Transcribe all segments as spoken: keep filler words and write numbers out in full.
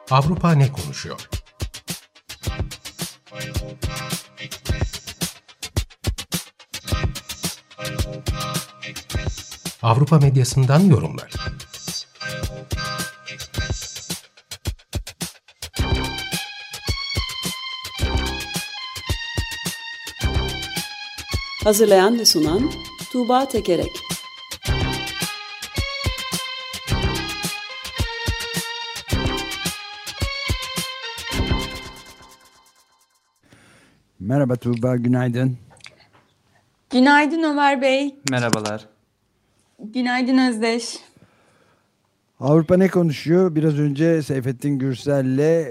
Avrupa ne konuşuyor? Avrupa medyasından yorumlar. Hazırlayan ve sunan Tuğba Tekerek. Merhaba Tuğba, günaydın. Günaydın Ömer Bey. Merhabalar. Günaydın Özdeş. Avrupa ne konuşuyor? Biraz önce Seyfettin Gürsel'le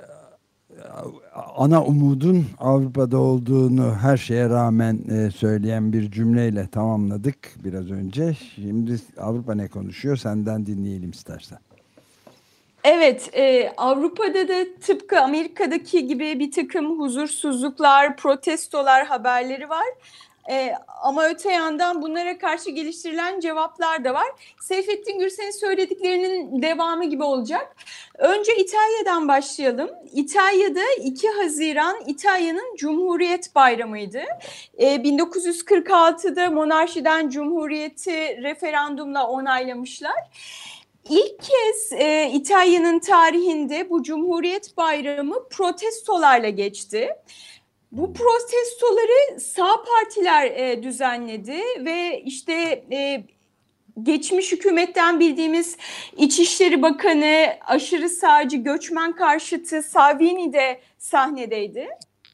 ana umudun Avrupa'da olduğunu her şeye rağmen söyleyen bir cümleyle tamamladık biraz önce. Şimdi Avrupa ne konuşuyor? Senden dinleyelim istersen. Evet, e, Avrupa'da da tıpkı Amerika'daki gibi bir takım huzursuzluklar, protestolar haberleri var. E, ama öte yandan bunlara karşı geliştirilen cevaplar da var. Seyfettin Gürsel'in söylediklerinin devamı gibi olacak. Önce İtalya'dan başlayalım. İtalya'da iki Haziran İtalya'nın Cumhuriyet Bayramı'ydı. E, bin dokuz yüz kırk altıda monarşiden cumhuriyeti referandumla onaylamışlar. İlk kez e, İtalya'nın tarihinde bu Cumhuriyet Bayramı protestolarla geçti. Bu protestoları sağ partiler e, düzenledi ve işte e, geçmiş hükümetten bildiğimiz İçişleri Bakanı, aşırı sağcı göçmen karşıtı Salvini de sahnedeydi.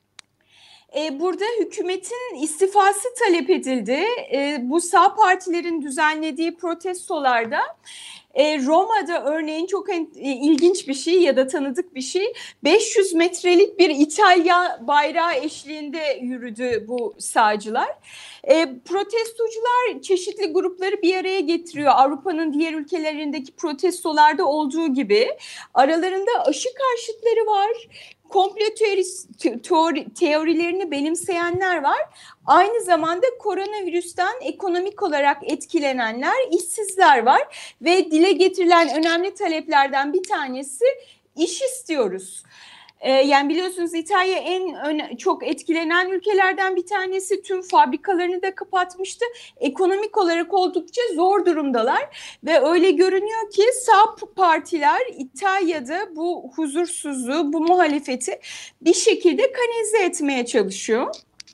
E, burada hükümetin istifası talep edildi. E, bu sağ partilerin düzenlediği protestolarda E, Roma'da örneğin çok en, e, ilginç bir şey ya da tanıdık bir şey, beş yüz metrelik bir İtalya bayrağı eşliğinde yürüdü bu sağcılar. E, protestocular çeşitli grupları bir araya getiriyor. Avrupa'nın diğer ülkelerindeki protestolarda olduğu gibi. Aralarında aşı karşıtları var. Komplo teori, teorilerini benimseyenler var. Aynı zamanda koronavirüsten ekonomik olarak etkilenenler, işsizler var. Ve dile getirilen önemli taleplerden bir tanesi iş istiyoruz. Ee, yani biliyorsunuz İtalya en öne, çok etkilenen ülkelerden bir tanesi. Tüm fabrikalarını da kapatmıştı. Ekonomik olarak oldukça zor durumdalar. Ve öyle görünüyor ki sağ partiler İtalya'da bu huzursuzluğu, bu muhalefeti bir şekilde kanalize etmeye çalışıyor.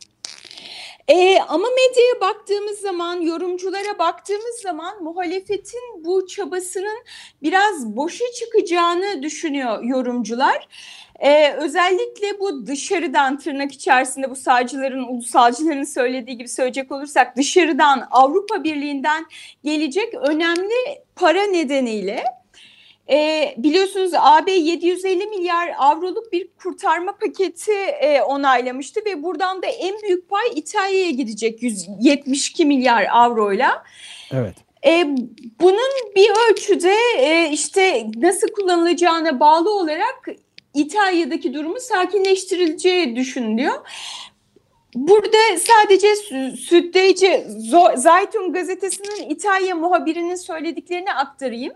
Ee, ama medyaya baktığımız zaman, yorumculara baktığımız zaman muhalefetin bu çabasının biraz boşa çıkacağını düşünüyor yorumcular. Ee, özellikle bu dışarıdan, tırnak içerisinde bu sağcıların, ulusalcıların söylediği gibi söyleyecek olursak, dışarıdan Avrupa Birliği'nden gelecek önemli para nedeniyle. E, biliyorsunuz A B yedi yüz elli milyar avroluk bir kurtarma paketi e, onaylamıştı ve buradan da en büyük pay İtalya'ya gidecek yüz yetmiş iki milyar avroyla. Evet. E, bunun bir ölçüde e, işte nasıl kullanılacağına bağlı olarak İtalya'daki durumu sakinleştirileceği düşünülüyor. Burada sadece Süddeutsche Zeitung gazetesinin İtalya muhabirinin söylediklerini aktarayım.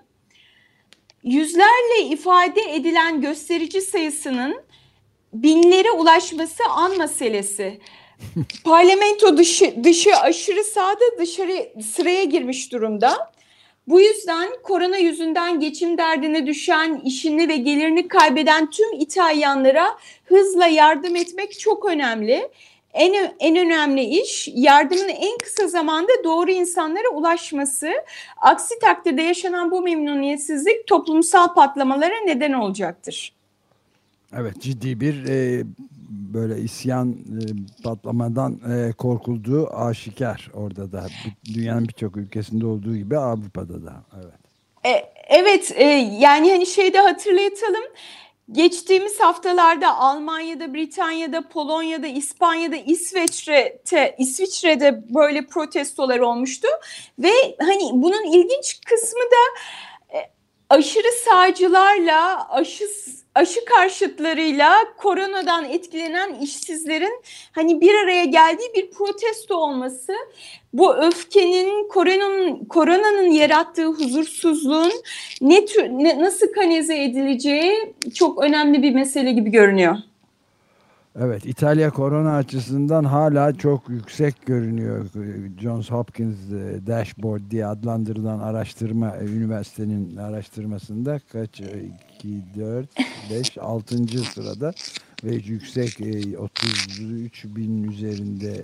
Yüzlerle ifade edilen gösterici sayısının binlere ulaşması an meselesi. Parlamento dışı, dışı aşırı sağda dışarı sıraya girmiş durumda. Bu yüzden korona yüzünden geçim derdine düşen, işini ve gelirini kaybeden tüm İtalyanlara hızla yardım etmek çok önemli. En, en önemli iş yardımın en kısa zamanda doğru insanlara ulaşması. Aksi takdirde yaşanan bu memnuniyetsizlik toplumsal patlamalara neden olacaktır. Evet, ciddi bir e, böyle isyan e, patlamadan e, korkulduğu aşikar orada da. Dünyanın birçok ülkesinde olduğu gibi Avrupa'da da. Evet. E, evet e, yani hani şeyde hatırlatalım. Geçtiğimiz haftalarda Almanya'da, Britanya'da, Polonya'da, İspanya'da, İsveçre'de, İsviçre'de böyle protestolar olmuştu. Ve hani bunun ilginç kısmı da aşırı sağcılarla aşı, aşı karşıtlarıyla koronadan etkilenen işsizlerin hani bir araya geldiği bir protesto olması, bu öfkenin, koronanın, koronanın yarattığı huzursuzluğun ne tür, ne, nasıl kanalize edileceği çok önemli bir mesele gibi görünüyor. Evet, İtalya korona açısından hala çok yüksek görünüyor. Johns Hopkins Dashboard diye adlandırılan araştırma, üniversitenin araştırmasında kaç? iki, dört, beş, altıncı sırada ve yüksek otuz üç bin üzerinde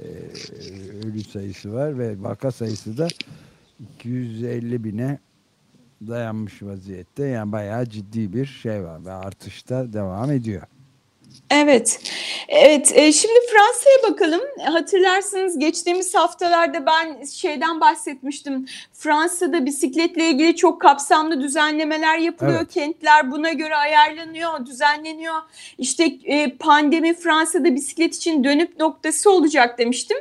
ölü sayısı var ve vaka sayısı da iki yüz elli bine dayanmış vaziyette. Yani bayağı ciddi bir şey var ve artışta devam ediyor. Evet, evet. E, şimdi Fransa'ya bakalım. Hatırlarsınız geçtiğimiz haftalarda ben şeyden bahsetmiştim. Fransa'da bisikletle ilgili çok kapsamlı düzenlemeler yapılıyor. Evet. Kentler buna göre ayarlanıyor, düzenleniyor. İşte e, pandemi Fransa'da bisiklet için dönüp noktası olacak demiştim.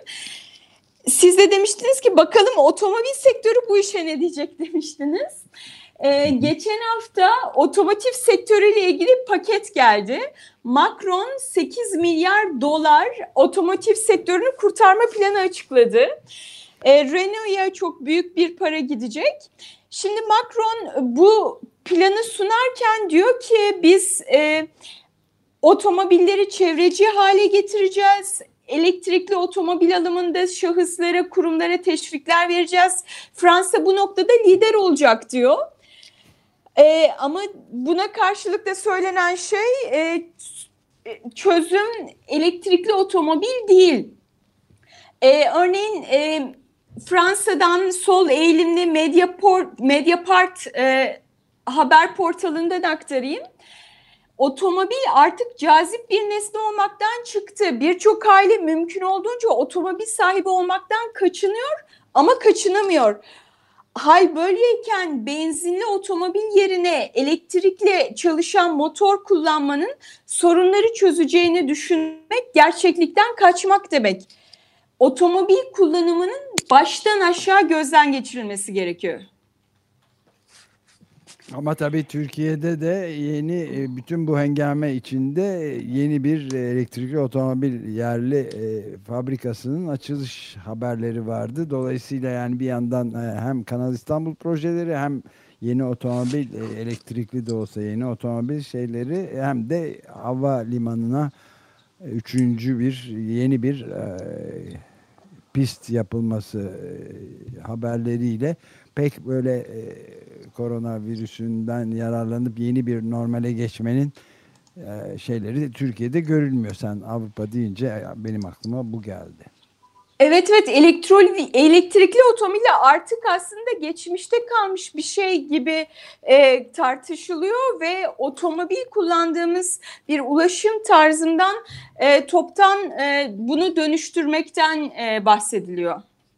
Siz de demiştiniz ki bakalım otomobil sektörü bu işe ne diyecek demiştiniz. Ee, geçen hafta otomotiv sektörüyle ilgili paket geldi. Macron sekiz milyar dolar otomotiv sektörünü kurtarma planı açıkladı. Ee, Renault'a çok büyük bir para gidecek. Şimdi Macron bu planı sunarken diyor ki biz e, otomobilleri çevreci hale getireceğiz. Elektrikli otomobil alımında şahıslara, kurumlara teşvikler vereceğiz. Fransa bu noktada lider olacak diyor. Ee, ama buna karşılık da söylenen şey e, çözüm elektrikli otomobil değil. Ee, örneğin e, Fransa'dan sol eğilimli Mediaport, Mediapart e, haber portalından aktarayım. Otomobil artık cazip bir nesne olmaktan çıktı. Birçok aile mümkün olduğunca otomobil sahibi olmaktan kaçınıyor ama kaçınamıyor. Hal böyleyken benzinli otomobil yerine elektrikle çalışan motor kullanmanın sorunları çözeceğini düşünmek gerçeklikten kaçmak demek. Otomobil kullanımının baştan aşağı gözden geçirilmesi gerekiyor. Ama tabii Türkiye'de de yeni bütün bu hengame içinde yeni bir elektrikli otomobil yerli e, fabrikasının açılış haberleri vardı. Dolayısıyla yani bir yandan hem Kanal İstanbul projeleri hem yeni otomobil e, elektrikli de olsa yeni otomobil şeyleri hem de havalimanına e, üçüncü bir yeni bir e, pist yapılması e, haberleriyle pek böyle e, koronavirüsünden yararlanıp yeni bir normale geçmenin e, şeyleri Türkiye'de görülmüyor. Sen Avrupa deyince benim aklıma bu geldi. Evet evet elektronik, elektrikli otomobiller artık aslında geçmişte kalmış bir şey gibi e, tartışılıyor ve otomobil kullandığımız bir ulaşım tarzından e, toptan e, bunu dönüştürmekten e, bahsediliyor.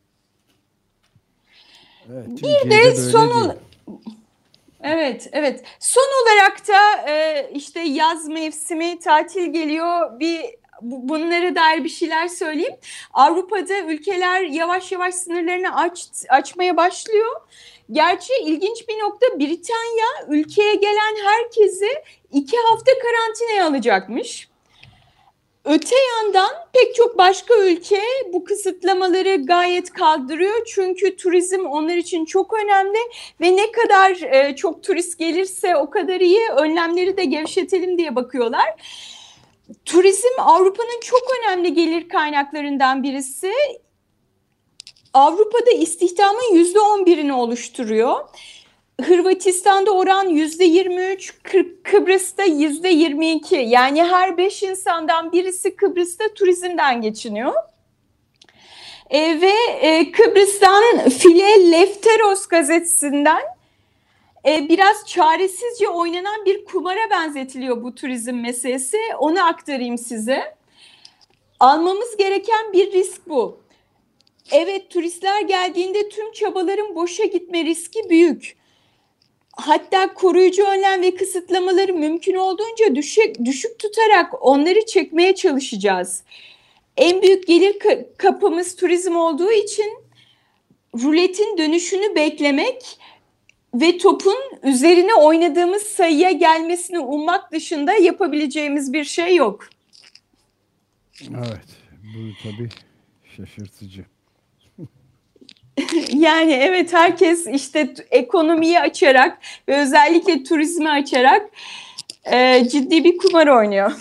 Evet, bir de son Evet, evet. Son olarak da e, işte yaz mevsimi, tatil geliyor. Bir bunlara dair bir şeyler söyleyeyim. Avrupa'da ülkeler yavaş yavaş sınırlarını aç, açmaya başlıyor. Gerçi ilginç bir nokta, Britanya ülkeye gelen herkesi iki hafta karantinaya alacakmış. Öte yandan pek çok başka ülke bu kısıtlamaları gayet kaldırıyor. Çünkü turizm onlar için çok önemli ve ne kadar e, çok turist gelirse o kadar iyi, önlemleri de gevşetelim diye bakıyorlar. Turizm Avrupa'nın çok önemli gelir kaynaklarından birisi. Avrupa'da istihdamın yüzde on birini oluşturuyor. Hırvatistan'da oran yüzde yirmi üç, Kıbrıs'ta yüzde yirmi iki. Yani her beş insandan birisi Kıbrıs'ta turizmden geçiniyor. E, ve e, Kıbrıs'tan File Lefteros gazetesinden e, biraz çaresizce oynanan bir kumara benzetiliyor bu turizm meselesi. Onu aktarayım size. Almamız gereken bir risk bu. Evet, turistler geldiğinde tüm çabaların boşa gitme riski büyük. Hatta koruyucu önlem ve kısıtlamaları mümkün olduğunca düşük, düşük tutarak onları çekmeye çalışacağız. En büyük gelir kapımız turizm olduğu için ruletin dönüşünü beklemek ve topun üzerine oynadığımız sayıya gelmesini ummak dışında yapabileceğimiz bir şey yok. Evet, bu tabii şaşırtıcı. Yani evet, herkes işte ekonomiyi açarak ve özellikle turizmi açarak e, ciddi bir kumar oynuyor.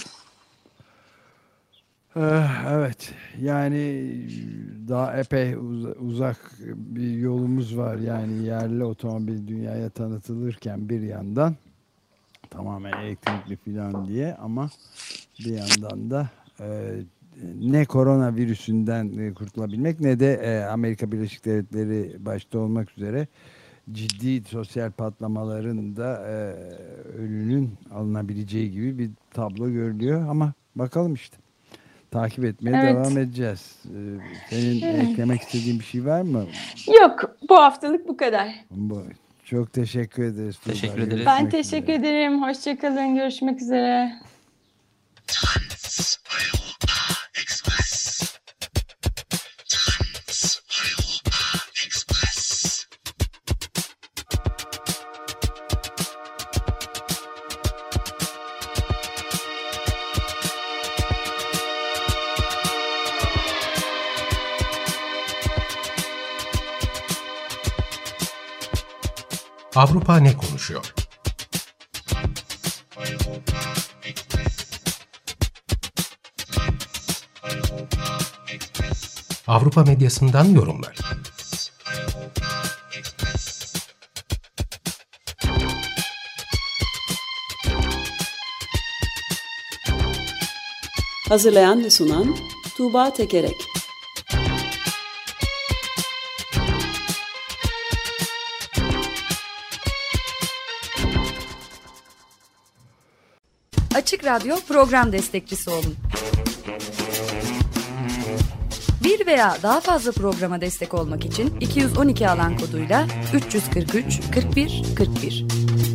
Evet, yani daha epey uz- uzak bir yolumuz var. Yani yerli otomobil dünyaya tanıtılırken bir yandan tamamen elektrikli falan diye, ama bir yandan da e, ne koronavirüsünden e, kurtulabilmek ne de e, Amerika Birleşik Devletleri başta olmak üzere ciddi sosyal patlamaların da e, önünün alınabileceği gibi bir tablo görülüyor. Ama bakalım işte. Takip etmeye Evet. devam edeceğiz. Ee, senin Evet. eklemek istediğin bir şey var mı? Yok, bu haftalık bu kadar. Bu, çok teşekkür ederiz. Teşekkür Tuğba. ederiz. Ben Görüşmek teşekkür üzere. ederim. Hoşçakalın. Görüşmek üzere. Avrupa ne konuşuyor? Avrupa medyasından yorumlar. Hazırlayan ve sunan Tuğba Tekerek. Açık Radyo program destekçisi olun. Bir veya daha fazla programa destek olmak için iki yüz on iki alan koduyla üç yüz kırk üç kırk bir kırk bir.